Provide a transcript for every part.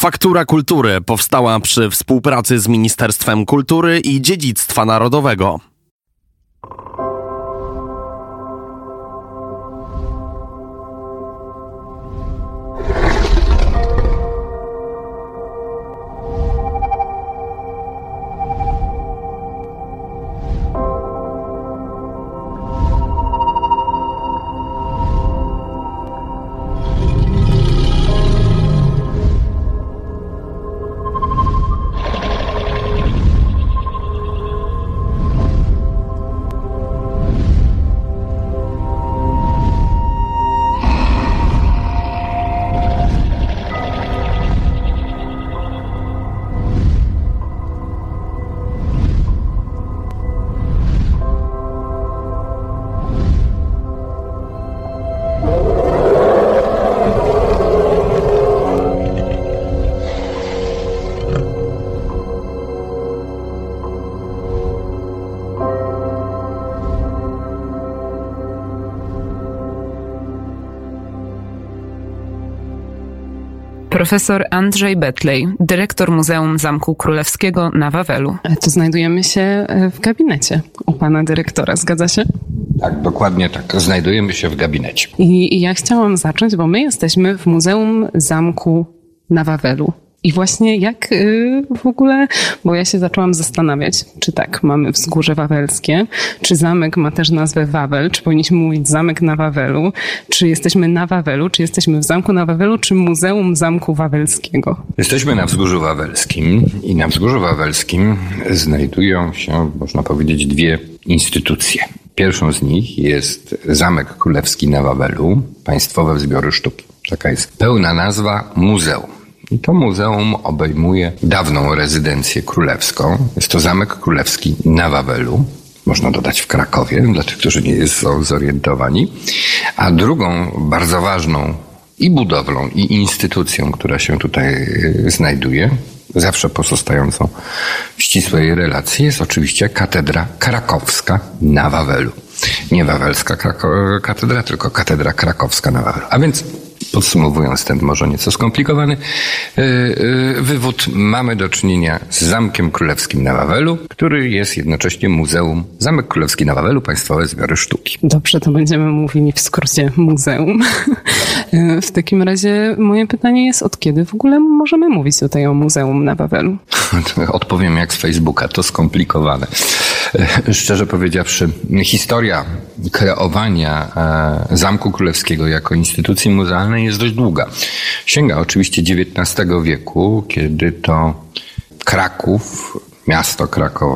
Faktura Kultury powstała przy współpracy z Ministerstwem Kultury i Dziedzictwa Narodowego. Profesor Andrzej Betlej, dyrektor Muzeum Zamku Królewskiego na Wawelu. Tu znajdujemy się w gabinecie u pana dyrektora, zgadza się? Tak, dokładnie tak. Znajdujemy się w gabinecie. I ja chciałam zacząć, bo my jesteśmy w Muzeum Zamku na Wawelu. I właśnie jak w ogóle, bo ja się zaczęłam zastanawiać, czy tak, mamy Wzgórze Wawelskie, czy zamek ma też nazwę Wawel, czy powinniśmy mówić zamek na Wawelu, czy jesteśmy na Wawelu, czy jesteśmy w Zamku na Wawelu, czy Muzeum Zamku Wawelskiego? Jesteśmy na Wzgórzu Wawelskim i na Wzgórzu Wawelskim znajdują się, można powiedzieć, dwie instytucje. Pierwszą z nich jest Zamek Królewski na Wawelu, Państwowe Zbiory Sztuki. Taka jest pełna nazwa muzeum. I to muzeum obejmuje dawną rezydencję królewską. Jest to Zamek Królewski na Wawelu. Można dodać w Krakowie, dla tych, którzy nie są zorientowani. A drugą bardzo ważną i budowlą, i instytucją, która się tutaj znajduje, zawsze pozostającą w ścisłej relacji, jest oczywiście Katedra Krakowska na Wawelu. Nie wawelska katedra, tylko Katedra Krakowska na Wawelu. A więc podsumowując ten może nieco skomplikowany wywód, mamy do czynienia z Zamkiem Królewskim na Wawelu, który jest jednocześnie muzeum. Zamek Królewski na Wawelu, Państwowe Zbiory Sztuki. Dobrze, to będziemy mówili w skrócie muzeum. W takim razie moje pytanie jest, od kiedy w ogóle możemy mówić tutaj o muzeum na Wawelu? Odpowiem jak z Facebooka, to skomplikowane. Szczerze powiedziawszy, historia kreowania Zamku Królewskiego jako instytucji muzealnej jest dość długa. Sięga oczywiście XIX wieku, kiedy to Kraków, miasto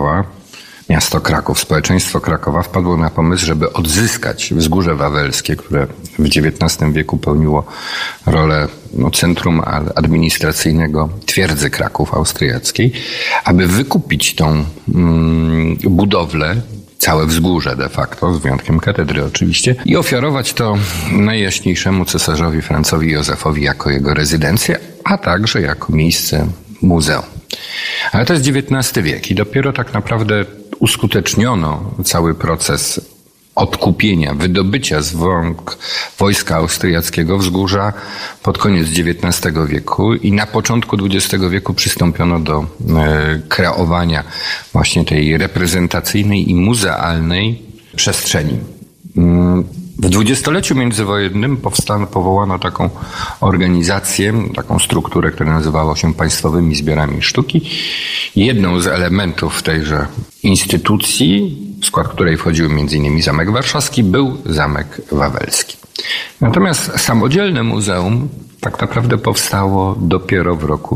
Kraków, społeczeństwo Krakowa wpadło na pomysł, żeby odzyskać Wzgórze Wawelskie, które w XIX wieku pełniło rolę centrum administracyjnego twierdzy Kraków austriackiej, aby wykupić tą budowlę, całe wzgórze de facto, z wyjątkiem katedry oczywiście, i ofiarować to najjaśniejszemu cesarzowi Francowi Józefowi jako jego rezydencję, a także jako miejsce muzeum. Ale to jest XIX wiek i dopiero tak naprawdę uskuteczniono cały proces odkupienia, wydobycia z rąk wojska austriackiego wzgórza pod koniec XIX wieku i na początku XX wieku przystąpiono do kreowania właśnie tej reprezentacyjnej i muzealnej przestrzeni. W dwudziestoleciu międzywojennym powołano taką organizację, taką strukturę, która nazywała się Państwowymi Zbiorami Sztuki. Jedną z elementów tejże instytucji, w skład której wchodził m.in. Zamek Warszawski, był Zamek Wawelski. Natomiast samodzielne muzeum tak naprawdę powstało dopiero w roku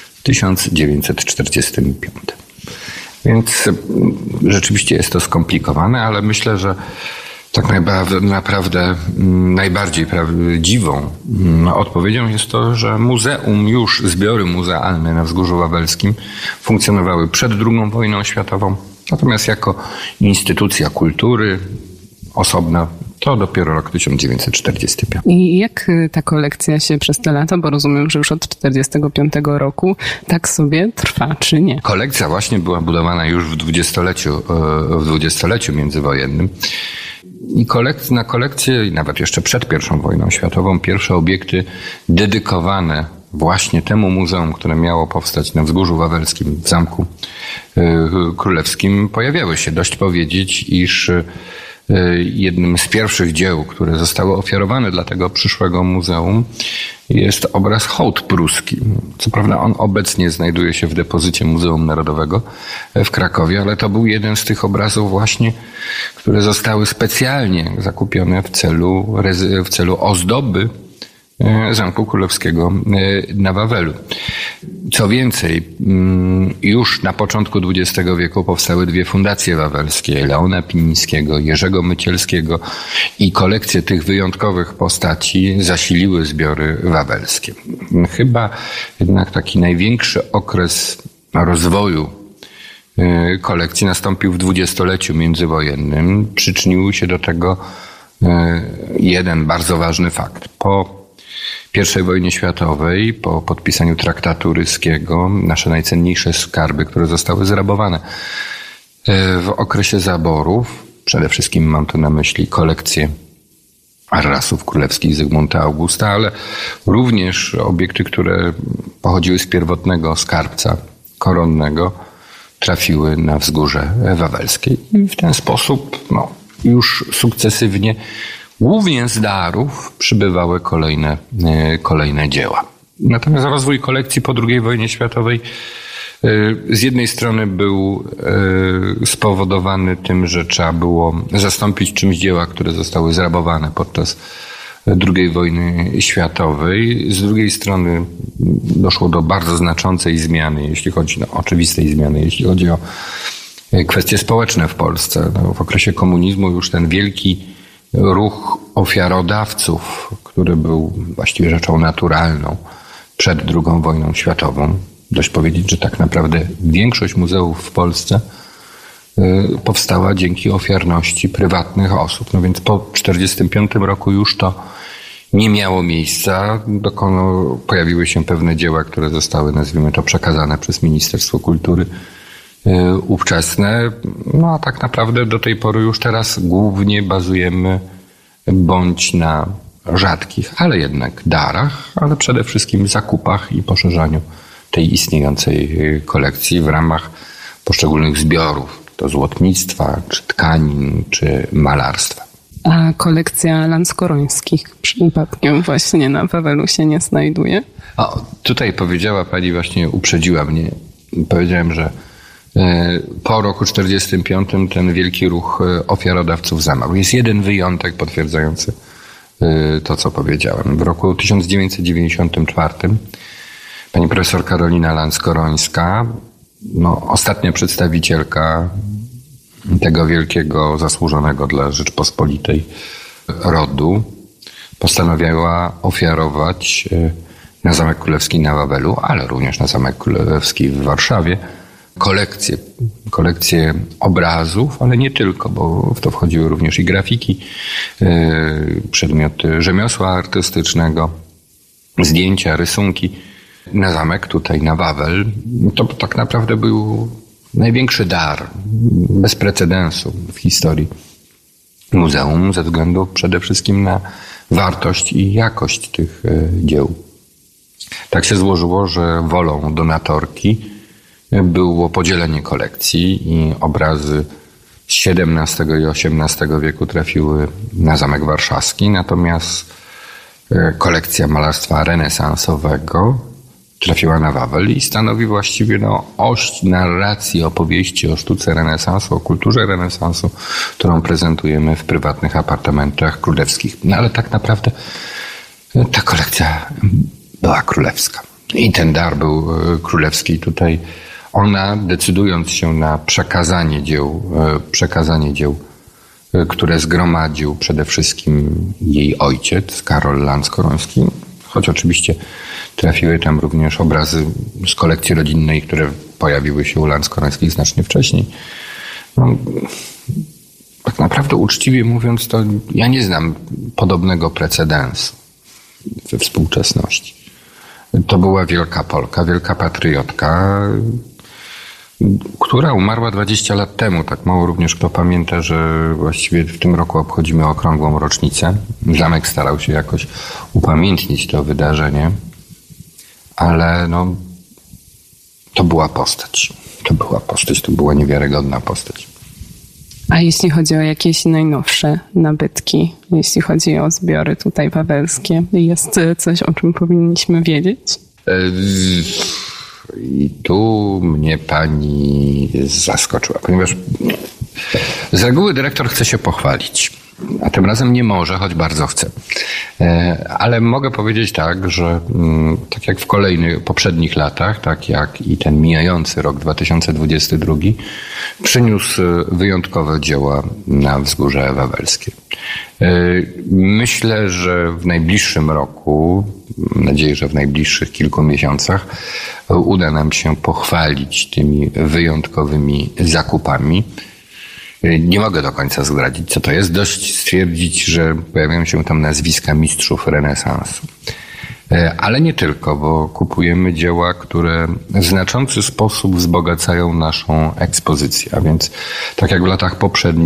1945. Więc rzeczywiście jest to skomplikowane, ale myślę, że tak naprawdę najbardziej prawdziwą odpowiedzią jest to, że muzeum, już zbiory muzealne na Wzgórzu Wawelskim funkcjonowały przed II wojną światową, natomiast jako instytucja kultury osobna to dopiero rok 1945. I jak ta kolekcja się przez te lata, bo rozumiem, że już od 1945 roku tak sobie trwa, czy nie? Kolekcja właśnie była budowana już w dwudziestoleciu międzywojennym. I na kolekcję, nawet jeszcze przed I wojną światową, pierwsze obiekty dedykowane właśnie temu muzeum, które miało powstać na Wzgórzu Wawelskim w Zamku Królewskim, pojawiały się. Dość powiedzieć, iż jednym z pierwszych dzieł, które zostały ofiarowane dla tego przyszłego muzeum, jest obraz Hołd Pruski. Co prawda on obecnie znajduje się w depozycie Muzeum Narodowego w Krakowie, ale to był jeden z tych obrazów właśnie, które zostały specjalnie zakupione w celu ozdoby Zamku Królewskiego na Wawelu. Co więcej, już na początku XX wieku powstały dwie fundacje wawelskie, Leona Pinińskiego, Jerzego Mycielskiego, i kolekcje tych wyjątkowych postaci zasiliły zbiory wawelskie. Chyba jednak taki największy okres rozwoju kolekcji nastąpił w dwudziestoleciu międzywojennym. Przyczynił się do tego jeden bardzo ważny fakt. Po I wojnie światowej, po podpisaniu traktatu ryskiego, nasze najcenniejsze skarby, które zostały zrabowane w okresie zaborów, przede wszystkim mam tu na myśli kolekcję arrasów królewskich Zygmunta Augusta, ale również obiekty, które pochodziły z pierwotnego skarbca koronnego, trafiły na Wzgórze Wawelskie. I w ten sposób już sukcesywnie, głównie z darów, przybywały kolejne dzieła. Natomiast rozwój kolekcji po II wojnie światowej z jednej strony był spowodowany tym, że trzeba było zastąpić czymś dzieła, które zostały zrabowane podczas II wojny światowej. Z drugiej strony doszło do bardzo znaczącej zmiany, oczywistej zmiany, jeśli chodzi o kwestie społeczne w Polsce. W okresie komunizmu już ten wielki ruch ofiarodawców, który był właściwie rzeczą naturalną przed II wojną światową. Dość powiedzieć, że tak naprawdę większość muzeów w Polsce powstała dzięki ofiarności prywatnych osób. No więc po 1945 roku już to nie miało miejsca. Pojawiły się pewne dzieła, które zostały, nazwijmy to, przekazane przez Ministerstwo Kultury ówczesne. No a tak naprawdę do tej pory już teraz głównie bazujemy bądź na rzadkich, ale jednak darach, ale przede wszystkim zakupach i poszerzaniu tej istniejącej kolekcji w ramach poszczególnych zbiorów, to złotnictwa, czy tkanin, czy malarstwa. A kolekcja Lanskorońskich przypadkiem właśnie na Wawelu się nie znajduje? Tutaj powiedziała pani, właśnie uprzedziła mnie. Powiedziałem, że po roku 1945 ten wielki ruch ofiarodawców zamarł. Jest jeden wyjątek potwierdzający to, co powiedziałem. W roku 1994 pani profesor Karolina Lanskorońska, ostatnia przedstawicielka tego wielkiego, zasłużonego dla Rzeczpospolitej rodu, postanowiła ofiarować na Zamek Królewski na Wawelu, ale również na Zamek Królewski w Warszawie, kolekcję obrazów, ale nie tylko, bo w to wchodziły również i grafiki, przedmioty rzemiosła artystycznego, zdjęcia, rysunki. Na zamek, tutaj na Wawel, to tak naprawdę był największy dar, bez precedensu w historii muzeum, ze względu przede wszystkim na wartość i jakość tych dzieł. Tak się złożyło, że wolą donatorki było podzielenie kolekcji i obrazy z XVII i XVIII wieku trafiły na Zamek Warszawski, natomiast kolekcja malarstwa renesansowego trafiła na Wawel i stanowi właściwie oś narracji, opowieści o sztuce renesansu, o kulturze renesansu, którą prezentujemy w prywatnych apartamentach królewskich. Ale tak naprawdę ta kolekcja była królewska. I ten dar był królewski. Tutaj ona, decydując się na przekazanie dzieł, które zgromadził przede wszystkim jej ojciec, Karol Lanskoroński, choć oczywiście trafiły tam również obrazy z kolekcji rodzinnej, które pojawiły się u Lanskorońskich znacznie wcześniej. Tak naprawdę, uczciwie mówiąc, to ja nie znam podobnego precedensu we współczesności. To była wielka Polka, wielka patriotka, która umarła 20 lat temu. Tak mało również kto pamięta, że właściwie w tym roku obchodzimy okrągłą rocznicę. Zamek starał się jakoś upamiętnić to wydarzenie. ale to była postać. To była niewiarygodna postać. A jeśli chodzi o jakieś najnowsze nabytki, jeśli chodzi o zbiory tutaj wawelskie, jest coś, o czym powinniśmy wiedzieć? I tu mnie pani zaskoczyła, ponieważ z reguły dyrektor chce się pochwalić, a tym razem nie może, choć bardzo chce. Ale mogę powiedzieć tak, że tak jak w poprzednich latach, tak jak i ten mijający rok 2022 przyniósł wyjątkowe dzieła na Wzgórze Wawelskie. Myślę, że w najbliższym roku, mam nadzieję, że w najbliższych kilku miesiącach uda nam się pochwalić tymi wyjątkowymi zakupami. Nie mogę do końca zdradzić, co to jest. Dość stwierdzić, że pojawiają się tam nazwiska mistrzów renesansu. Ale nie tylko, bo kupujemy dzieła, które w znaczący sposób wzbogacają naszą ekspozycję. A więc tak jak w latach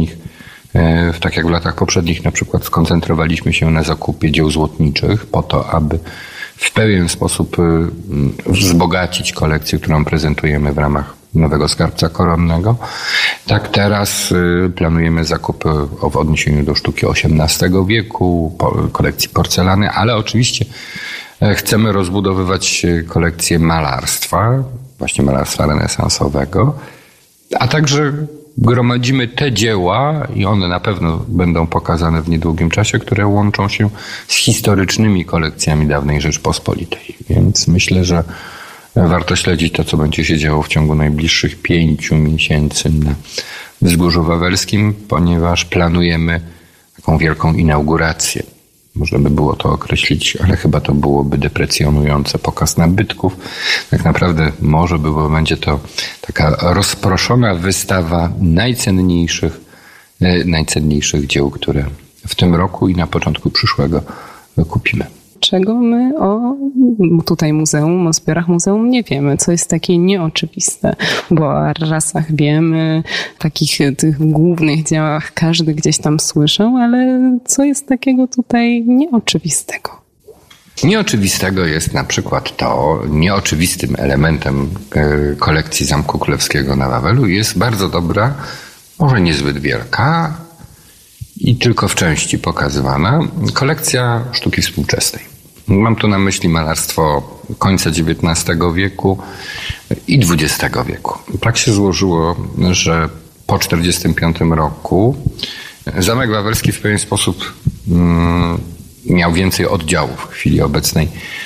poprzednich na przykład skoncentrowaliśmy się na zakupie dzieł złotniczych po to, aby w pewien sposób wzbogacić kolekcję, którą prezentujemy w ramach nowego skarbca koronnego. Tak teraz planujemy zakupy w odniesieniu do sztuki XVIII wieku, kolekcji porcelany, ale oczywiście chcemy rozbudowywać kolekcję malarstwa, właśnie malarstwa renesansowego, a także gromadzimy te dzieła i one na pewno będą pokazane w niedługim czasie, które łączą się z historycznymi kolekcjami dawnej Rzeczpospolitej. Więc myślę, że warto śledzić to, co będzie się działo w ciągu najbliższych 5 miesięcy na Wzgórzu Wawelskim, ponieważ planujemy taką wielką inaugurację. Można by było to określić, ale chyba to byłoby deprecjonujące, pokaz nabytków. Tak naprawdę będzie to taka rozproszona wystawa najcenniejszych dzieł, które w tym roku i na początku przyszłego kupimy. Czego my o zbiorach muzeum nie wiemy, co jest takie nieoczywiste, bo o rasach wiemy, tych głównych dziełach każdy gdzieś tam słyszał, ale co jest takiego tutaj nieoczywistego? Nieoczywistego jest na przykład nieoczywistym elementem kolekcji Zamku Królewskiego na Wawelu jest bardzo dobra, może niezbyt wielka i tylko w części pokazywana, kolekcja sztuki współczesnej. Mam tu na myśli malarstwo końca XIX wieku i XX wieku. Tak się złożyło, że po 1945 roku Zamek Wawelski w pewien sposób miał więcej oddziałów. W chwili obecnej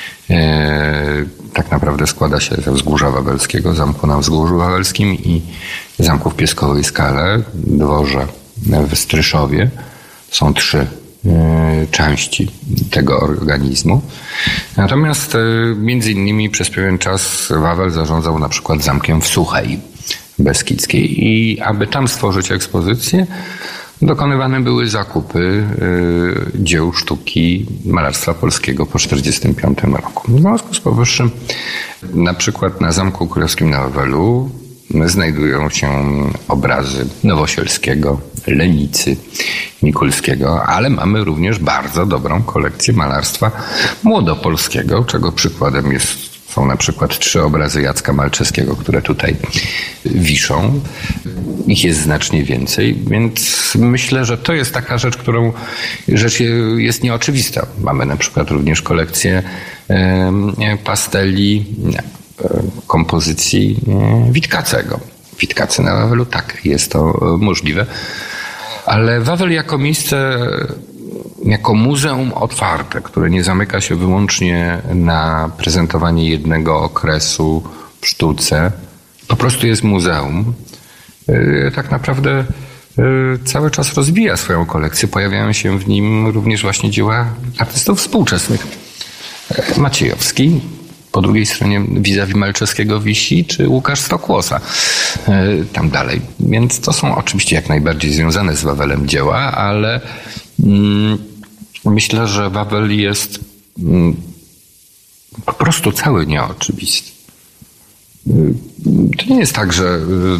tak naprawdę składa się ze Wzgórza Wawelskiego, zamku na Wzgórzu Wawelskim i zamku w Pieskowej Skale, dworze w Stryszowie. Są 3 części tego organizmu. Natomiast między innymi przez pewien czas Wawel zarządzał na przykład zamkiem w Suchej Beskidzkiej i aby tam stworzyć ekspozycję, dokonywane były zakupy dzieł sztuki malarstwa polskiego po 1945 roku. W związku z powyższym na przykład na Zamku Królewskim na Wawelu znajdują się obrazy Nowosielskiego, Lenicy, Mikulskiego, ale mamy również bardzo dobrą kolekcję malarstwa młodopolskiego, czego przykładem są na przykład 3 obrazy Jacka Malczewskiego, które tutaj wiszą. Ich jest znacznie więcej, więc myślę, że to jest taka rzecz, rzecz jest nieoczywista. Mamy na przykład również kolekcję pasteli, kompozycji Witkacego. Witkacy na Wawelu, tak, jest to możliwe. Ale Wawel jako miejsce, jako muzeum otwarte, które nie zamyka się wyłącznie na prezentowanie jednego okresu w sztuce, po prostu jest muzeum. Tak naprawdę cały czas rozwija swoją kolekcję. Pojawiają się w nim również właśnie dzieła artystów współczesnych. Maciejowski, po drugiej stronie vis-a-vis Malczewskiego wisi, czy Łukasz Stokłosa tam dalej. Więc to są oczywiście jak najbardziej związane z Wawelem dzieła, ale myślę, że Wawel jest po prostu cały nieoczywisty. To nie jest tak, że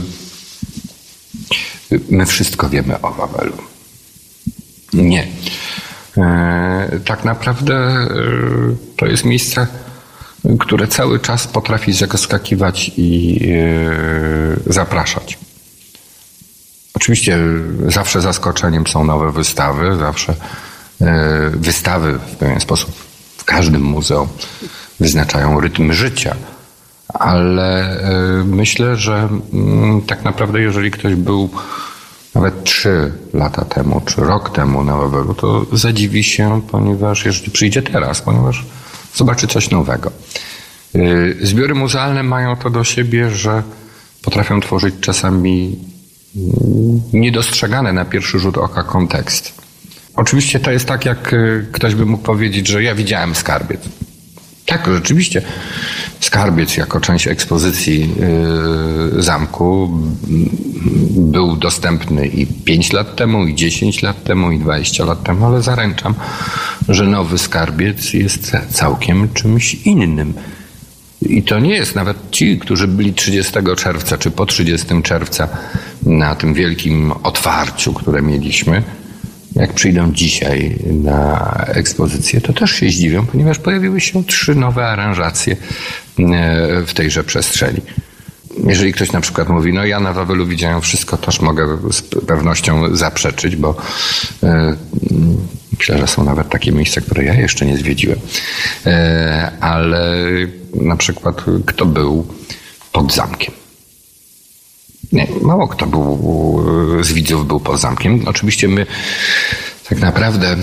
my wszystko wiemy o Wawelu. Nie. Tak naprawdę to jest miejsce które cały czas potrafi zaskakiwać i zapraszać. Oczywiście zawsze zaskoczeniem są nowe wystawy, zawsze wystawy w pewien sposób w każdym muzeum wyznaczają rytm życia, ale myślę, że tak naprawdę jeżeli ktoś był nawet 3 lata temu, czy rok temu na Wawelu, to zadziwi się, ponieważ jeżeli przyjdzie teraz, ponieważ zobaczy coś nowego. Zbiory muzealne mają to do siebie, że potrafią tworzyć czasami niedostrzegane na pierwszy rzut oka kontekst. Oczywiście to jest tak, jak ktoś by mógł powiedzieć, że ja widziałem skarbiec. Tak, rzeczywiście. Skarbiec jako część ekspozycji zamku był dostępny i 5 lat temu, i 10 lat temu, i 20 lat temu, ale zaręczam, że nowy skarbiec jest całkiem czymś innym. I to nie jest nawet ci, którzy byli 30 czerwca, czy po 30 czerwca na tym wielkim otwarciu, które mieliśmy, jak przyjdą dzisiaj na ekspozycję, to też się zdziwią, ponieważ pojawiły się 3 nowe aranżacje w tejże przestrzeni. Jeżeli ktoś na przykład mówi, no ja na Wawelu widziałem wszystko, toż mogę z pewnością zaprzeczyć, bo myślę, że są nawet takie miejsca, które ja jeszcze nie zwiedziłem. Ale na przykład kto był pod zamkiem? Nie, mało kto z widzów był pod zamkiem. Oczywiście my tak naprawdę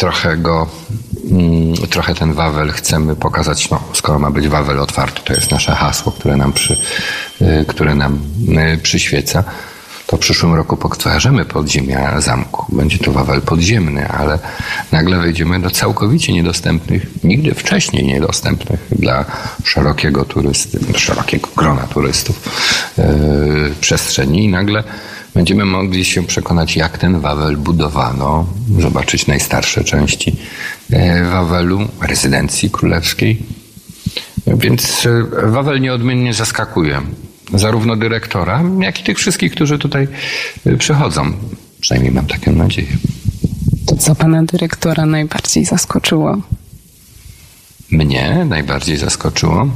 trochę ten Wawel chcemy pokazać, no skoro ma być Wawel otwarty, to jest nasze hasło, które nam przyświeca, to w przyszłym roku potworzymy podziemia zamku. Będzie to Wawel podziemny, ale nagle wejdziemy do całkowicie niedostępnych, nigdy wcześniej niedostępnych dla szerokiego grona turystów przestrzeni i nagle będziemy mogli się przekonać, jak ten Wawel budowano, zobaczyć najstarsze części Wawelu, rezydencji królewskiej. Więc Wawel nieodmiennie zaskakuje zarówno dyrektora, jak i tych wszystkich, którzy tutaj przychodzą. Przynajmniej mam taką nadzieję. To co pana dyrektora najbardziej zaskoczyło? Mnie najbardziej zaskoczyło?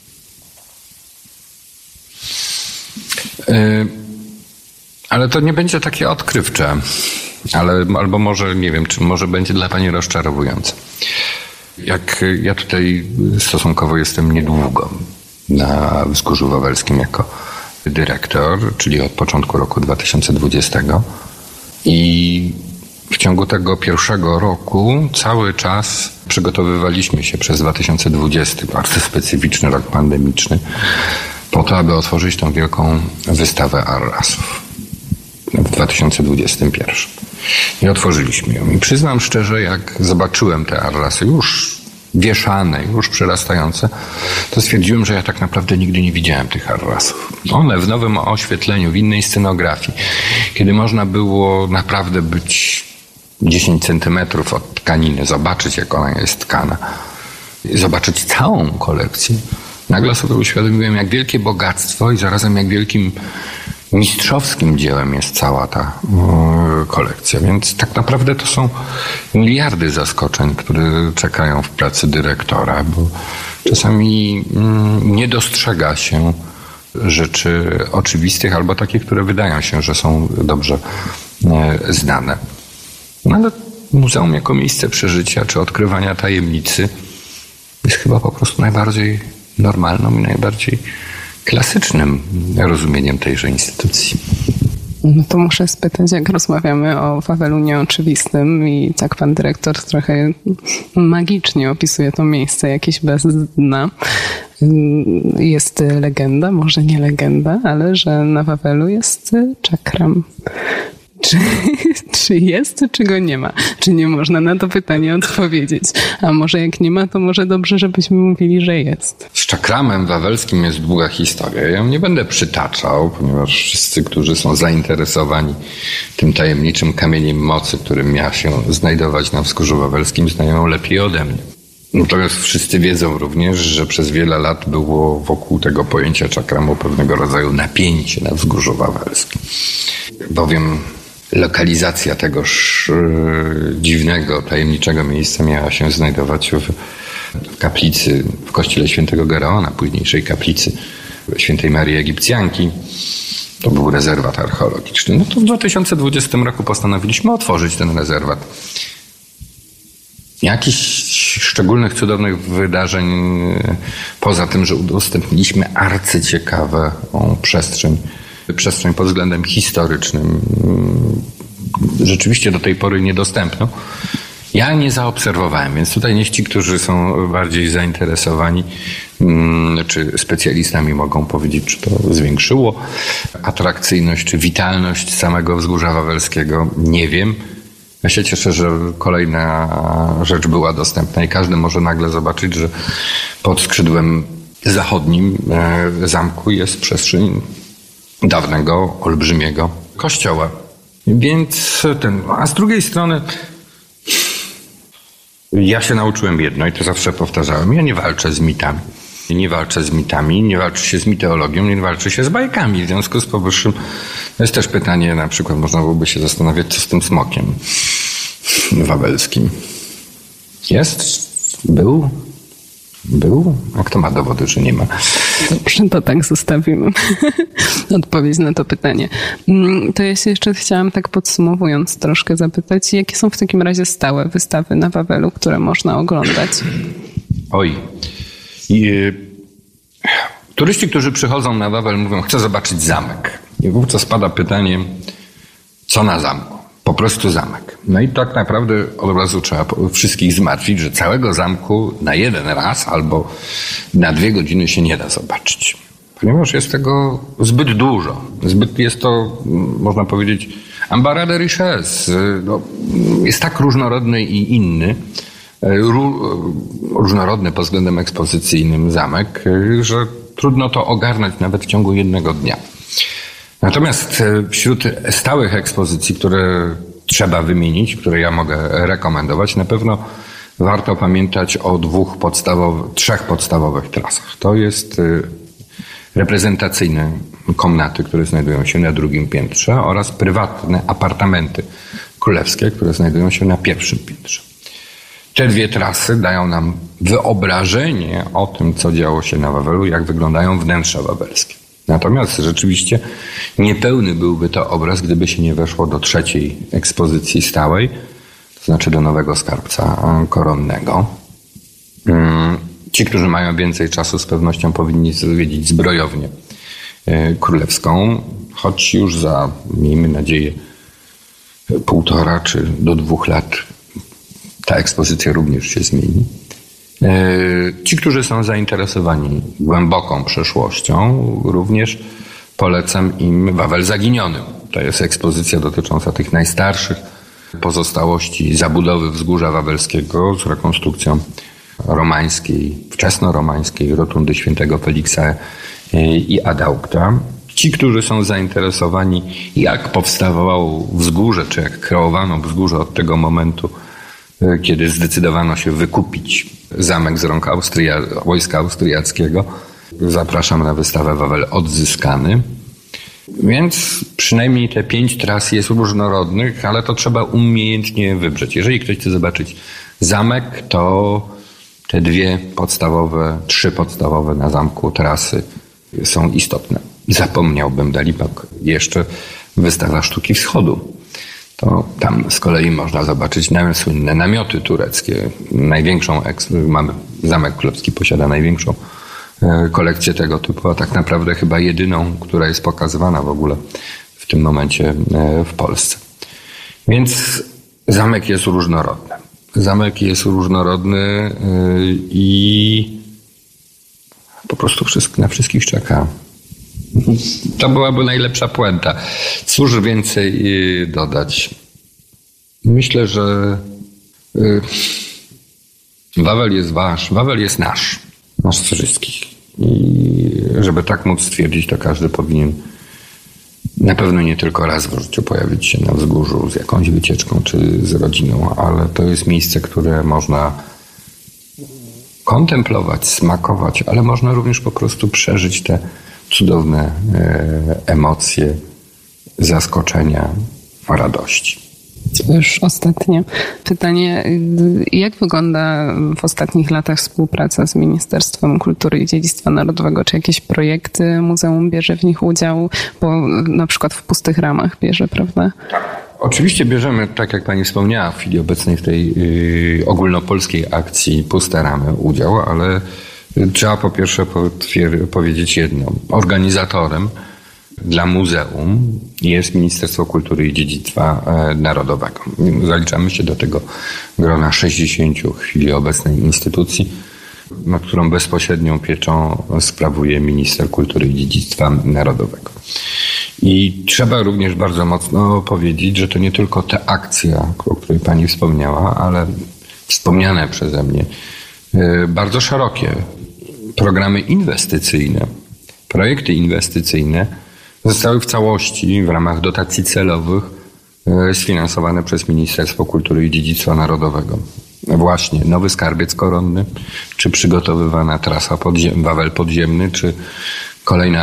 Ale to nie będzie takie odkrywcze. Albo może, nie wiem, czy może będzie dla pani rozczarowujące. Jak ja tutaj stosunkowo jestem niedługo na Wzgórzu Wawelskim jako dyrektor, czyli od początku roku 2020 i w ciągu tego pierwszego roku cały czas przygotowywaliśmy się przez 2020, bardzo specyficzny rok pandemiczny, po to, aby otworzyć tą wielką wystawę Arrasów w 2021. I otworzyliśmy ją. I przyznam szczerze, jak zobaczyłem te Arrasy już wieszane, już przyrastające, to stwierdziłem, że ja tak naprawdę nigdy nie widziałem tych Arrasów. One w nowym oświetleniu, w innej scenografii, kiedy można było naprawdę być 10 centymetrów od tkaniny, zobaczyć, jak ona jest tkana, zobaczyć całą kolekcję, nagle sobie uświadomiłem, jak wielkie bogactwo i zarazem jak wielkim mistrzowskim dziełem jest cała ta kolekcja. Więc tak naprawdę to są miliardy zaskoczeń, które czekają w pracy dyrektora, bo czasami nie dostrzega się rzeczy oczywistych albo takich, które wydają się, że są dobrze znane. No ale muzeum jako miejsce przeżycia czy odkrywania tajemnicy jest chyba po prostu najbardziej normalną i najbardziej klasycznym rozumieniem tejże instytucji. No to muszę spytać, jak rozmawiamy o Wawelu nieoczywistym i tak pan dyrektor trochę magicznie opisuje to miejsce, jakieś bez dna. Jest legenda, może nie legenda, ale że na Wawelu jest czakram. Czy jest, czy go nie ma? Czy nie można na to pytanie odpowiedzieć? A może jak nie ma, to może dobrze, żebyśmy mówili, że jest. Z czakramem wawelskim jest długa historia. Ja ją nie będę przytaczał, ponieważ wszyscy, którzy są zainteresowani tym tajemniczym kamieniem mocy, który miał się znajdować na Wzgórzu Wawelskim, znają ją lepiej ode mnie. Natomiast wszyscy wiedzą również, że przez wiele lat było wokół tego pojęcia czakramu pewnego rodzaju napięcie na Wzgórzu Wawelskim. Bowiem lokalizacja tegoż dziwnego, tajemniczego miejsca miała się znajdować w w kaplicy w kościele świętego Gereona, późniejszej kaplicy świętej Marii Egipcjanki. To był rezerwat archeologiczny. No to w 2020 roku postanowiliśmy otworzyć ten rezerwat. Jakichś szczególnych, cudownych wydarzeń, poza tym, że udostępniliśmy arcyciekawą przestrzeń pod względem historycznym, rzeczywiście do tej pory niedostępną, ja nie zaobserwowałem, więc tutaj niech ci, którzy są bardziej zainteresowani, czy specjalistami mogą powiedzieć, czy to zwiększyło atrakcyjność, czy witalność samego Wzgórza Wawelskiego. Nie wiem. Ja się cieszę, że kolejna rzecz była dostępna i każdy może nagle zobaczyć, że pod skrzydłem zachodnim zamku jest przestrzeń dawnego, olbrzymiego kościoła. Więc a z drugiej strony ja się nauczyłem jedno i to zawsze powtarzałem. Ja nie walczę z mitami. Nie walczy się z miteologią, nie walczy się z bajkami. W związku z powyższym to jest też pytanie, na przykład można byłoby się zastanawiać, co z tym smokiem wawelskim. Jest? Był? A kto ma dowody, że nie ma? Dobrze, to tak zostawimy. Odpowiedź na to pytanie. To ja się jeszcze chciałam tak podsumowując troszkę zapytać, jakie są w takim razie stałe wystawy na Wawelu, które można oglądać? Turyści, którzy przychodzą na Wawel, mówią, chcę zobaczyć zamek. I wówczas pada pytanie, co na zamku? Po prostu zamek. No i tak naprawdę od razu trzeba wszystkich zmartwić, że całego zamku na jeden raz albo na 2 godziny się nie da zobaczyć. Ponieważ jest tego zbyt dużo. Jest to, można powiedzieć, embarras de richesse. No, jest tak różnorodny i inny, różnorodny pod względem ekspozycyjnym zamek, że trudno to ogarnąć nawet w ciągu jednego dnia. Natomiast wśród stałych ekspozycji, które trzeba wymienić, które ja mogę rekomendować, na pewno warto pamiętać o 3 podstawowych trasach. To jest reprezentacyjne komnaty, które znajdują się na 2. piętrze oraz prywatne apartamenty królewskie, które znajdują się na 1. piętrze. Te 2 trasy dają nam wyobrażenie o tym, co działo się na Wawelu, jak wyglądają wnętrza wawelskie. Natomiast rzeczywiście niepełny byłby to obraz, gdyby się nie weszło do 3. ekspozycji stałej, to znaczy do nowego skarbca koronnego. Ci, którzy mają więcej czasu, z pewnością powinni zwiedzić zbrojownię królewską, choć już za, miejmy nadzieję, 1,5 czy do 2 lat ta ekspozycja również się zmieni. Ci, którzy są zainteresowani głęboką przeszłością, również polecam im Wawel Zaginiony. To jest ekspozycja dotycząca tych najstarszych pozostałości zabudowy Wzgórza Wawelskiego z rekonstrukcją romańskiej, wczesnoromańskiej rotundy świętego Feliksa i Adaukta. Ci, którzy są zainteresowani, jak powstawało wzgórze, czy jak kreowano wzgórze od tego momentu, kiedy zdecydowano się wykupić zamek z rąk wojska austriackiego, zapraszam na wystawę Wawel Odzyskany. Więc przynajmniej te 5 tras jest różnorodnych, ale to trzeba umiejętnie wybrzeć. Jeżeli ktoś chce zobaczyć zamek, to te 2 podstawowe, 3 podstawowe na zamku trasy są istotne. Zapomniałbym, Dalipak, jeszcze wystawa Sztuki Wschodu. To tam z kolei można zobaczyć słynne namioty tureckie. Zamek Królewski posiada największą kolekcję tego typu, a tak naprawdę chyba jedyną, która jest pokazywana w ogóle w tym momencie w Polsce. Więc zamek jest różnorodny. I po prostu na wszystkich czeka. To byłaby najlepsza puenta. Cóż więcej dodać? Myślę, że Wawel jest wasz, Wawel jest nasz wszystkich. I żeby tak móc stwierdzić, to każdy powinien na pewno nie tylko raz w życiu pojawić się na wzgórzu z jakąś wycieczką czy z rodziną, ale to jest miejsce, które można kontemplować, smakować, ale można również po prostu przeżyć te cudowne emocje, zaskoczenia, radości. Już ostatnie pytanie. Jak wygląda w ostatnich latach współpraca z Ministerstwem Kultury i Dziedzictwa Narodowego? Czy jakieś projekty muzeum bierze w nich udział? Bo na przykład w Pustych Ramach bierze, prawda? Oczywiście bierzemy, tak jak pani wspomniała, w chwili obecnej w tej ogólnopolskiej akcji Puste Ramy udział, ale trzeba po pierwsze powiedzieć jedno. Organizatorem dla muzeum jest Ministerstwo Kultury i Dziedzictwa Narodowego. Zaliczamy się do tego grona 60 w chwili obecnej instytucji, nad którą bezpośrednią pieczą sprawuje minister kultury i dziedzictwa narodowego. I trzeba również bardzo mocno powiedzieć, że to nie tylko ta akcja, o której pani wspomniała, ale wspomniane przeze mnie bardzo szerokie programy inwestycyjne, projekty inwestycyjne zostały w całości w ramach dotacji celowych sfinansowane przez Ministerstwo Kultury i Dziedzictwa Narodowego. Właśnie Nowy Skarbiec Koronny, czy przygotowywana trasa Wawel Podziemny, czy kolejna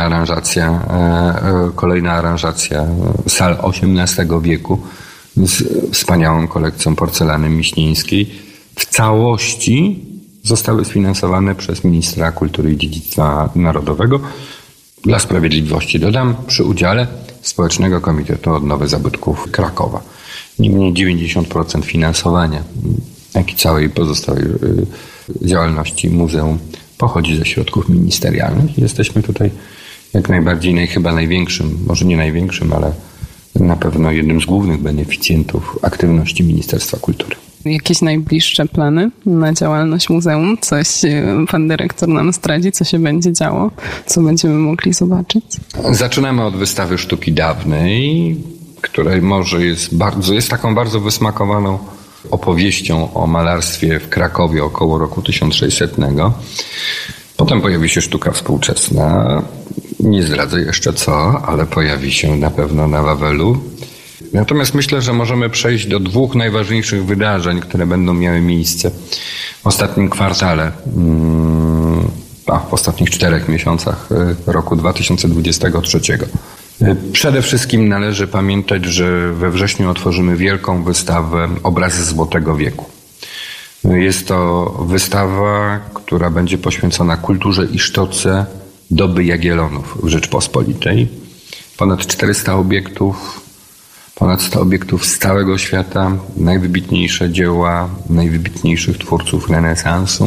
aranżacja sal XVIII wieku z wspaniałą kolekcją porcelany miśnieńskiej. W całości zostały sfinansowane przez Ministra Kultury i Dziedzictwa Narodowego. Dla sprawiedliwości dodam, przy udziale Społecznego Komitetu Odnowy Zabytków Krakowa. Niemniej 90% finansowania, jak i całej pozostałej działalności muzeum pochodzi ze środków ministerialnych. Jesteśmy tutaj jak najbardziej, chyba największym, może nie największym, ale na pewno jednym z głównych beneficjentów aktywności Ministerstwa Kultury. Jakieś najbliższe plany na działalność muzeum? Coś pan dyrektor nam zdradzi, co się będzie działo? Co będziemy mogli zobaczyć? Zaczynamy od wystawy sztuki dawnej, której może jest taką bardzo wysmakowaną opowieścią o malarstwie w Krakowie około roku 1600. Potem pojawi się sztuka współczesna. Nie zdradzę jeszcze co, ale pojawi się na pewno na Wawelu. Natomiast myślę, że możemy przejść do dwóch najważniejszych wydarzeń, które będą miały miejsce w ostatnim kwartale, w ostatnich 4 miesiącach roku 2023. Przede wszystkim należy pamiętać, że we wrześniu otworzymy wielką wystawę Obrazy Złotego Wieku. Jest to wystawa, która będzie poświęcona kulturze i sztuce doby Jagiellonów w Rzeczpospolitej. Ponad 400 obiektów, ponad 100 obiektów z całego świata, najwybitniejsze dzieła najwybitniejszych twórców renesansu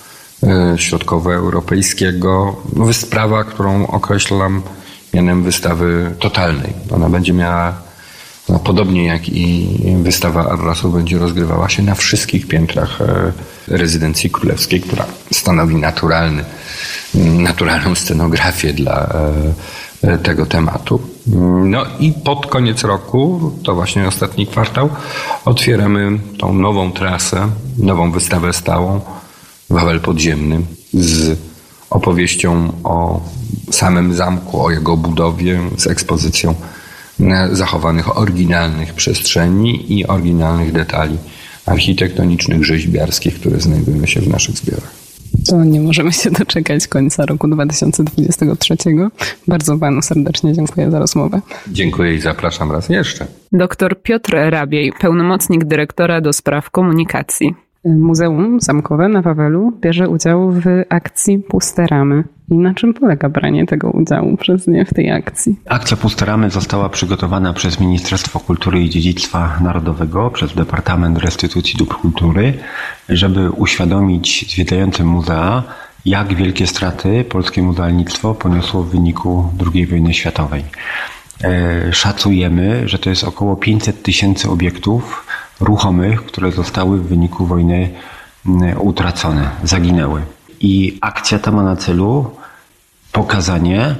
środkowoeuropejskiego. Wystawa, którą określam mianem wystawy totalnej. Ona będzie miała, podobnie jak i wystawa Arrasu, będzie rozgrywała się na wszystkich piętrach rezydencji królewskiej, która stanowi naturalną scenografię dla tego tematu. No i pod koniec roku, to właśnie ostatni kwartał, otwieramy tą nową trasę, nową wystawę stałą, Wawel Podziemny, z opowieścią o samym zamku, o jego budowie, z ekspozycją zachowanych oryginalnych przestrzeni i oryginalnych detali architektonicznych, rzeźbiarskich, które znajdują się w naszych zbiorach. To nie możemy się doczekać końca roku 2023. Bardzo panu serdecznie dziękuję za rozmowę. Dziękuję i zapraszam raz jeszcze. Dr Piotr Rabiej, pełnomocnik dyrektora do spraw komunikacji. Muzeum Zamkowe na Wawelu bierze udział w akcji Puste Ramy. I na czym polega branie tego udziału przez nie w tej akcji? Akcja Puste Ramy została przygotowana przez Ministerstwo Kultury i Dziedzictwa Narodowego, przez Departament Restytucji Dóbr Kultury, żeby uświadomić zwiedzającym muzea, jak wielkie straty polskie muzealnictwo poniosło w wyniku II wojny światowej. Szacujemy, że to jest około 500 000 obiektów ruchomych, które zostały w wyniku wojny utracone, zaginęły. I akcja ta ma na celu pokazanie,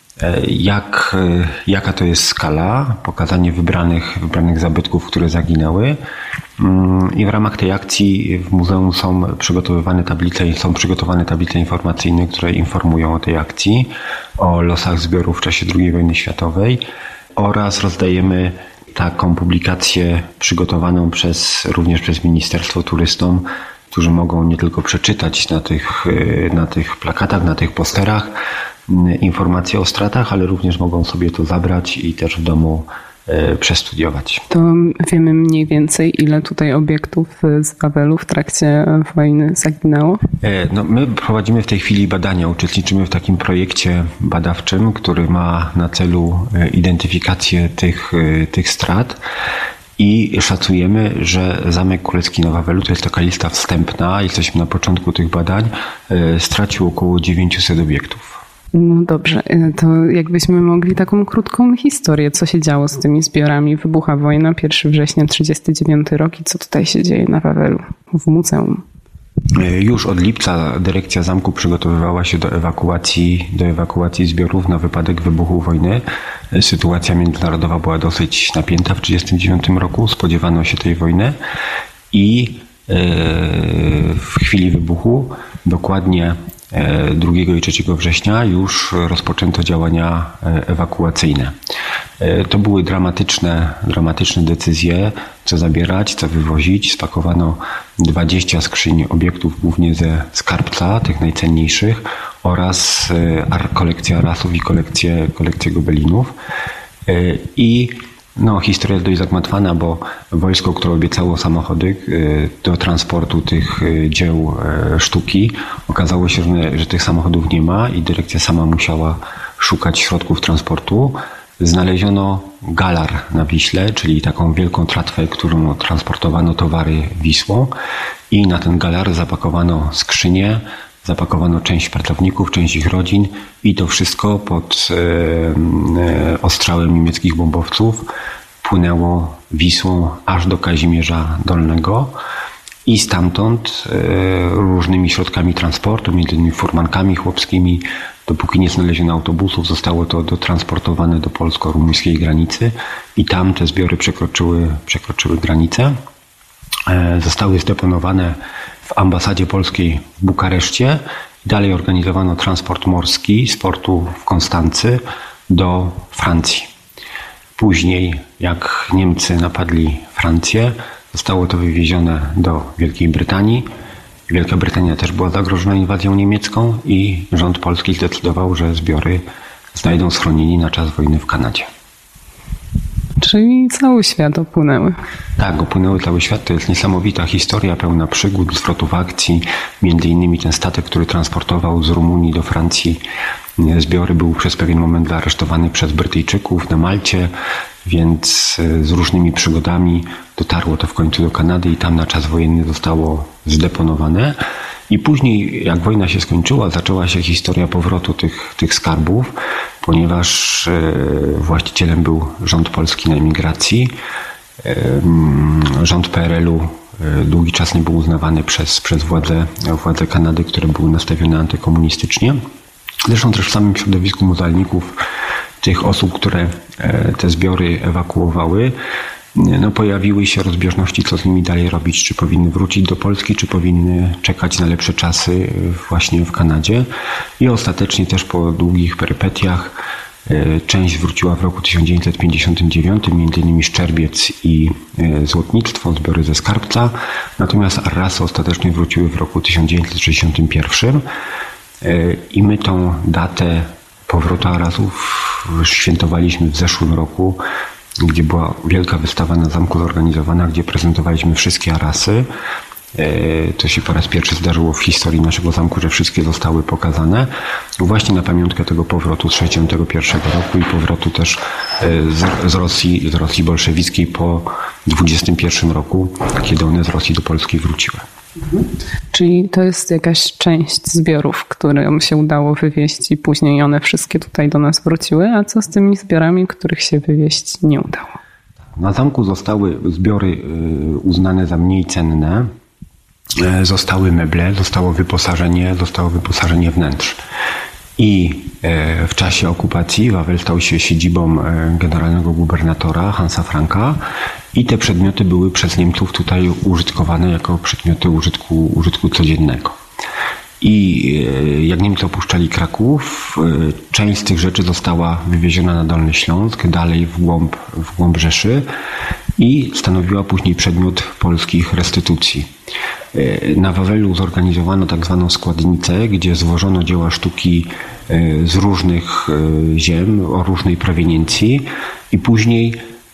jaka to jest skala, pokazanie wybranych zabytków, które zaginęły. I w ramach tej akcji w muzeum są przygotowane tablice informacyjne, które informują o tej akcji, o losach zbiorów w czasie II wojny światowej oraz rozdajemy taką publikację przygotowaną również przez ministerstwo turystom, którzy mogą nie tylko przeczytać na tych plakatach, na tych posterach informacje o stratach, ale również mogą sobie to zabrać i też w domu przestudiować. To wiemy mniej więcej, ile tutaj obiektów z Wawelu w trakcie wojny zaginęło? No, my prowadzimy w tej chwili badania, uczestniczymy w takim projekcie badawczym, który ma na celu identyfikację tych strat. I szacujemy, że Zamek Królewski na Wawelu, to jest taka lista wstępna, jesteśmy na początku tych badań, stracił około 900 obiektów. No dobrze, to jakbyśmy mogli taką krótką historię, co się działo z tymi zbiorami. Wybucha wojna, 1 września 1939 rok i co tutaj się dzieje na Wawelu w muzeum? Już od lipca dyrekcja zamku przygotowywała się do ewakuacji zbiorów na wypadek wybuchu wojny. Sytuacja międzynarodowa była dosyć napięta w 1939 roku, spodziewano się tej wojny i w chwili wybuchu, dokładnie 2 i 3 września, już rozpoczęto działania ewakuacyjne. To były dramatyczne decyzje, co zabierać, co wywozić. Spakowano 20 skrzyń obiektów, głównie ze skarbca, tych najcenniejszych, oraz kolekcję arasów i kolekcję gobelinów. I historia jest dość zagmatwana, bo wojsko, które obiecało samochody do transportu tych dzieł sztuki, okazało się, że tych samochodów nie ma i dyrekcja sama musiała szukać środków transportu. Znaleziono galar na Wiśle, czyli taką wielką tratwę, którą transportowano towary Wisłą, i na ten galar zapakowano skrzynie, zapakowano część pracowników, część ich rodzin i to wszystko pod ostrzałem niemieckich bombowców płynęło Wisłą aż do Kazimierza Dolnego i stamtąd różnymi środkami transportu, między innymi furmankami chłopskimi, dopóki nie znaleziono autobusów, zostało to dotransportowane do polsko-rumuńskiej granicy i tam te zbiory przekroczyły granicę. Zostały zdeponowane w ambasadzie polskiej w Bukareszcie. Dalej organizowano transport morski z portu w Konstancy do Francji. Później, jak Niemcy napadli Francję, zostało to wywiezione do Wielkiej Brytanii. Wielka Brytania też była zagrożona inwazją niemiecką i rząd polski zdecydował, że zbiory znajdą schronienie na czas wojny w Kanadzie. Czyli cały świat opłynęły. Tak, opłynęły cały świat. To jest niesamowita historia, pełna przygód, zwrotów akcji. Między innymi ten statek, który transportował z Rumunii do Francji zbiory, był przez pewien moment zaaresztowany przez Brytyjczyków na Malcie, więc z różnymi przygodami dotarło to w końcu do Kanady i tam na czas wojenny zostało zdeponowane. I później, jak wojna się skończyła, zaczęła się historia powrotu tych skarbów, ponieważ właścicielem był rząd polski na emigracji. Rząd PRL-u długi czas nie był uznawany przez władze Kanady, które były nastawione antykomunistycznie. Zresztą też w samym środowisku muzealników, tych osób, które te zbiory ewakuowały, pojawiły się rozbieżności, co z nimi dalej robić. Czy powinny wrócić do Polski, czy powinny czekać na lepsze czasy właśnie w Kanadzie. I ostatecznie też po długich perypetiach część wróciła w roku 1959, m.in. Szczerbiec i złotnictwo, zbiory ze skarbca. Natomiast arasy ostatecznie wróciły w roku 1961. I my tą datę powrotu arasów świętowaliśmy w zeszłym roku, gdzie była wielka wystawa na zamku zorganizowana, gdzie prezentowaliśmy wszystkie arasy. To się po raz pierwszy zdarzyło w historii naszego zamku, że wszystkie zostały pokazane. Właśnie na pamiątkę tego powrotu z 1961 roku i powrotu też z Rosji bolszewickiej po 1921 roku, kiedy one z Rosji do Polski wróciły. Czyli to jest jakaś część zbiorów, które się udało wywieźć i później one wszystkie tutaj do nas wróciły, a co z tymi zbiorami, których się wywieźć nie udało? Na zamku zostały zbiory uznane za mniej cenne, zostały meble, zostało wyposażenie wnętrz. I w czasie okupacji Wawel stał się siedzibą generalnego gubernatora Hansa Franka i te przedmioty były przez Niemców tutaj użytkowane jako przedmioty użytku codziennego. I jak Niemcy opuszczali Kraków, część z tych rzeczy została wywieziona na Dolny Śląsk, dalej w głąb Rzeszy i stanowiła później przedmiot polskich restytucji. Na Wawelu zorganizowano tak zwaną składnicę, gdzie zwożono dzieła sztuki z różnych ziem, o różnej proweniencji i później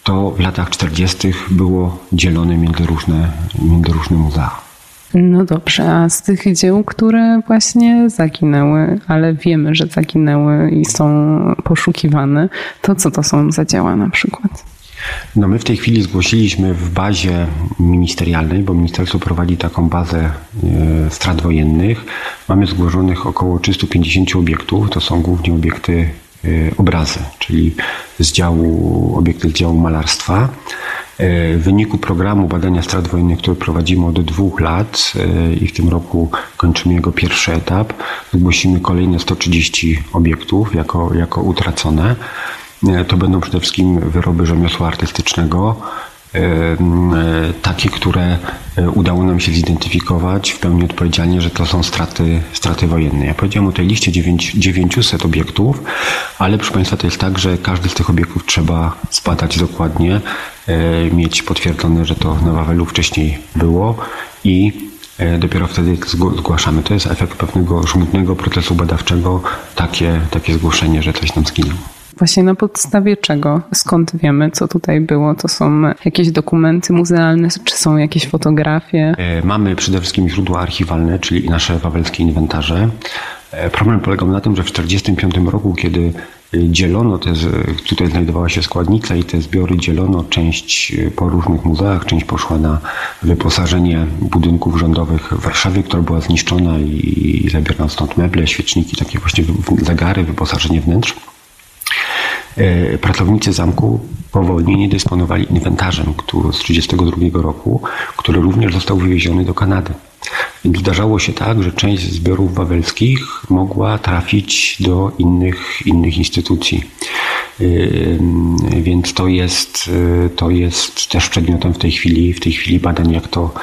to w latach 40. było dzielone między różne muzea. No dobrze, a z tych dzieł, które właśnie zaginęły, ale wiemy, że zaginęły i są poszukiwane, to co to są za dzieła na przykład? No my w tej chwili zgłosiliśmy w bazie ministerialnej, bo ministerstwo prowadzi taką bazę strat wojennych. Mamy zgłoszonych około 350 obiektów. To są głównie obrazy, czyli obiekty z działu malarstwa. W wyniku programu badania strat wojennych, który prowadzimy od 2 lat i w tym roku kończymy jego pierwszy etap, zgłosimy kolejne 130 obiektów jako utracone. To będą przede wszystkim wyroby rzemiosła artystycznego, takie, które udało nam się zidentyfikować w pełni odpowiedzialnie, że to są straty wojenne. Ja powiedziałem o tej liście 900 obiektów, ale proszę Państwa, to jest tak, że każdy z tych obiektów trzeba zbadać dokładnie, mieć potwierdzone, że to na Wawelu wcześniej było i dopiero wtedy zgłaszamy. To jest efekt pewnego żmudnego procesu badawczego, takie zgłoszenie, że coś nam zginęło. Właśnie na podstawie czego? Skąd wiemy, co tutaj było? To są jakieś dokumenty muzealne, czy są jakieś fotografie? Mamy przede wszystkim źródła archiwalne, czyli nasze wawelskie inwentarze. Problem polegał na tym, że w 1945 roku, kiedy dzielono tutaj znajdowała się składnica i te zbiory dzielono, część po różnych muzeach, część poszła na wyposażenie budynków rządowych w Warszawie, która była zniszczona i zabierano stąd meble, świeczniki, takie właśnie zegary, wyposażenie wnętrz. Pracownicy zamku po wojnie nie dysponowali inwentarzem z 1932 roku, który również został wywieziony do Kanady. Więc zdarzało się tak, że część zbiorów wawelskich mogła trafić do innych instytucji. Więc to jest też przedmiotem w tej chwili badań,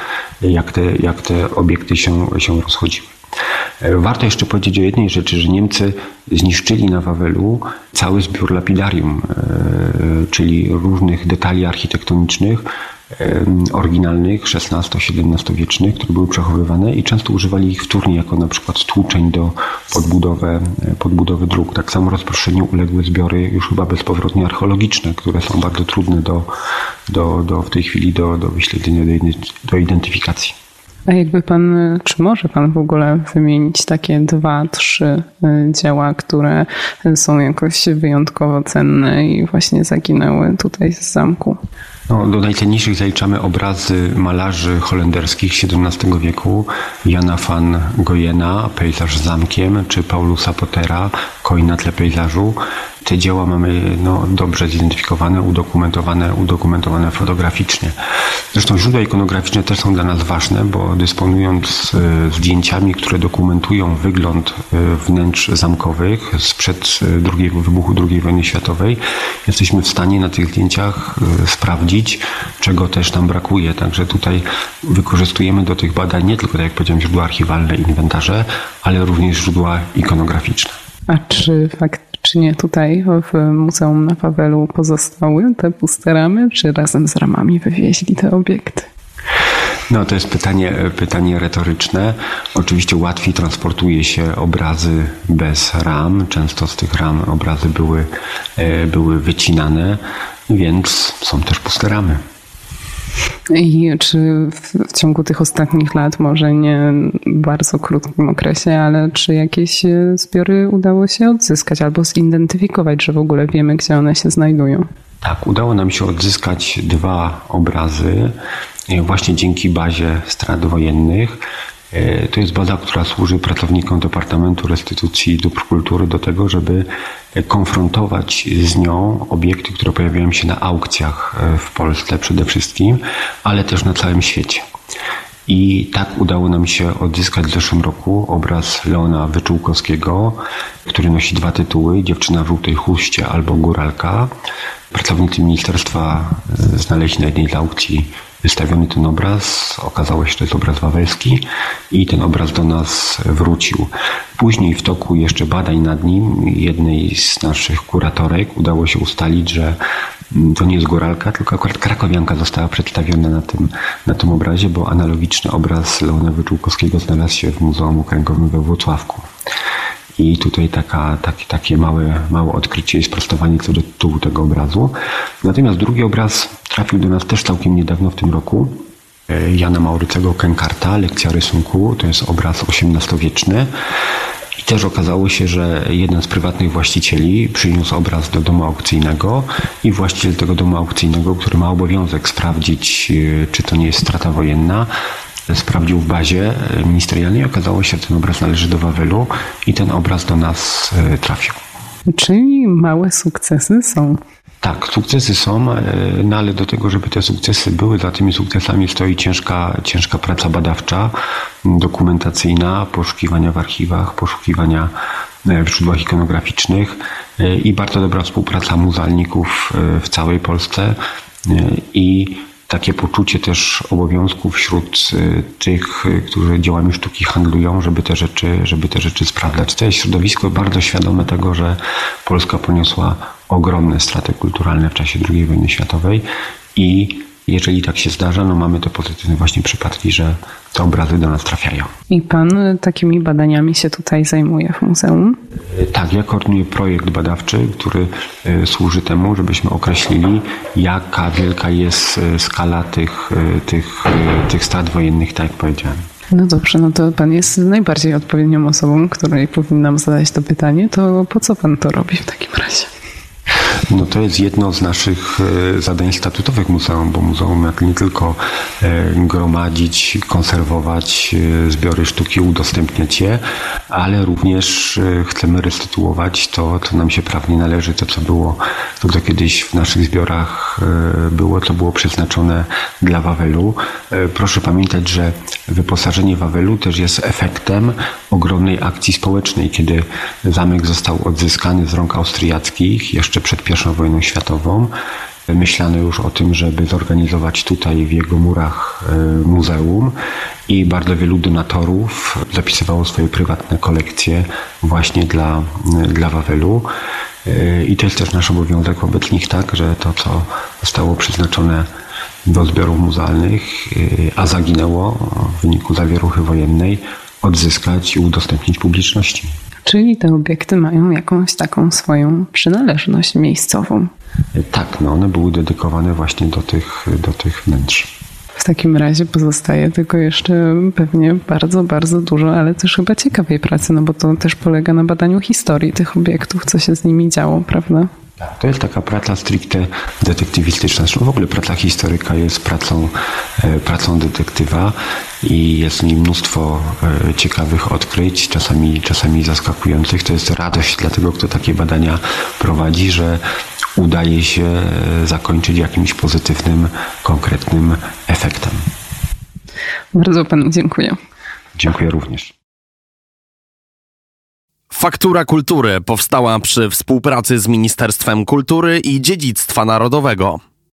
jak te obiekty się rozchodziły. Warto jeszcze powiedzieć o jednej rzeczy, że Niemcy zniszczyli na Wawelu cały zbiór lapidarium, czyli różnych detali architektonicznych, oryginalnych, XVI-XVII-wiecznych, które były przechowywane i często używali ich wtórnie jako na przykład tłuczeń do podbudowy dróg. Tak samo rozproszeniu uległy zbiory już chyba bezpowrotnie archeologiczne, które są bardzo trudne w tej chwili do wyśledzenia, do identyfikacji. A czy może pan w ogóle wymienić takie 2-3 dzieła, które są jakoś wyjątkowo cenne i właśnie zaginęły tutaj z zamku? No, do najcenniejszych zaliczamy obrazy malarzy holenderskich XVII wieku, Jana van Goyena, Pejzaż z zamkiem, czy Paulusa Pottera, Koń na tle pejzażu. Te dzieła mamy dobrze zidentyfikowane, udokumentowane fotograficznie. Zresztą źródła ikonograficzne też są dla nas ważne, bo dysponując zdjęciami, które dokumentują wygląd wnętrz zamkowych sprzed wybuchu II wojny światowej, jesteśmy w stanie na tych zdjęciach sprawdzić, czego też nam brakuje. Także tutaj wykorzystujemy do tych badań nie tylko, tak jak powiedziałem, źródła archiwalne, inwentarze, ale również źródła ikonograficzne. A czy faktycznie tutaj w Muzeum na Wawelu pozostały te puste ramy, czy razem z ramami wywieźli te obiekty? No to jest pytanie retoryczne. Oczywiście łatwiej transportuje się obrazy bez ram. Często z tych ram obrazy były wycinane, więc są też puste ramy. I czy w ciągu tych ostatnich lat, może nie bardzo krótkim okresie, ale czy jakieś zbiory udało się odzyskać albo zidentyfikować, że w ogóle wiemy, gdzie one się znajdują? Tak, udało nam się odzyskać 2 obrazy właśnie dzięki bazie strat wojennych. To jest baza, która służy pracownikom Departamentu Restytucji i Dóbr Kultury do tego, żeby konfrontować z nią obiekty, które pojawiają się na aukcjach w Polsce przede wszystkim, ale też na całym świecie. I tak udało nam się odzyskać w zeszłym roku obraz Leona Wyczółkowskiego, który nosi 2 tytuły, Dziewczyna w żółtej chuście albo Góralka. Pracownicy ministerstwa znaleźli na jednej z aukcji wystawiony ten obraz. Okazało się, że to jest obraz wawelski i ten obraz do nas wrócił. Później w toku jeszcze badań nad nim jednej z naszych kuratorek udało się ustalić, że to nie jest Góralka, tylko akurat krakowianka została przedstawiona na tym obrazie, bo analogiczny obraz Leona Wyczółkowskiego znalazł się w Muzeum Okręgowym we Włocławku. I tutaj takie małe odkrycie i sprostowanie co do tytułu tego obrazu. Natomiast drugi obraz trafił do nas też całkiem niedawno w tym roku. Jana Maurycego Kenkarta, Lekcja rysunku. To jest obraz XVIII-wieczny. I też okazało się, że jeden z prywatnych właścicieli przyniósł obraz do domu aukcyjnego i właściciel tego domu aukcyjnego, który ma obowiązek sprawdzić, czy to nie jest strata wojenna, sprawdził w bazie ministerialnej i okazało się, że ten obraz należy do Wawelu i ten obraz do nas trafił. Czyli małe sukcesy są. Tak, sukcesy są, no ale do tego, żeby te sukcesy były, za tymi sukcesami stoi ciężka praca badawcza, dokumentacyjna, poszukiwania w archiwach, poszukiwania w źródłach ikonograficznych i bardzo dobra współpraca muzealników w całej Polsce i takie poczucie też obowiązku wśród tych, którzy dziełami sztuki handlują, żeby te rzeczy sprawdzać. To jest środowisko bardzo świadome tego, że Polska poniosła ogromne straty kulturalne w czasie II wojny światowej i jeżeli tak się zdarza, no mamy te pozytywne właśnie przypadki, że te obrazy do nas trafiają. I pan takimi badaniami się tutaj zajmuje w muzeum? Tak, ja koordynuję projekt badawczy, który służy temu, żebyśmy określili, jaka wielka jest skala tych strat wojennych, tak jak powiedziałem. No dobrze, no to pan jest najbardziej odpowiednią osobą, której powinnam zadać to pytanie. To po co pan to robi w takim razie? No to jest jedno z naszych zadań statutowych muzeum, bo muzeum jak nie tylko gromadzić, konserwować zbiory sztuki, udostępniać je, ale również chcemy restytuować to, co nam się prawnie należy, to co kiedyś w naszych zbiorach było, co było przeznaczone dla Wawelu. Proszę pamiętać, że wyposażenie Wawelu też jest efektem ogromnej akcji społecznej, kiedy zamek został odzyskany z rąk austriackich jeszcze przed I wojną światową. Myślano już o tym, żeby zorganizować tutaj w jego murach muzeum i bardzo wielu donatorów zapisywało swoje prywatne kolekcje właśnie dla Wawelu. I to jest też nasz obowiązek wobec nich, tak, że to, co zostało przeznaczone do zbiorów muzealnych, a zaginęło w wyniku zawieruchy wojennej, odzyskać i udostępnić publiczności. Czyli te obiekty mają jakąś taką swoją przynależność miejscową. Tak, no one były dedykowane właśnie do tych wnętrz. W takim razie pozostaje tylko jeszcze pewnie bardzo, bardzo dużo, ale też chyba ciekawej pracy, no bo to też polega na badaniu historii tych obiektów, co się z nimi działo, prawda? To jest taka praca stricte detektywistyczna. Zresztą w ogóle praca historyka jest pracą detektywa i jest w niej mnóstwo ciekawych odkryć, czasami zaskakujących. To jest radość dla tego, kto takie badania prowadzi, że udaje się zakończyć jakimś pozytywnym, konkretnym efektem. Bardzo panu dziękuję. Dziękuję również. Faktura Kultury powstała przy współpracy z Ministerstwem Kultury i Dziedzictwa Narodowego.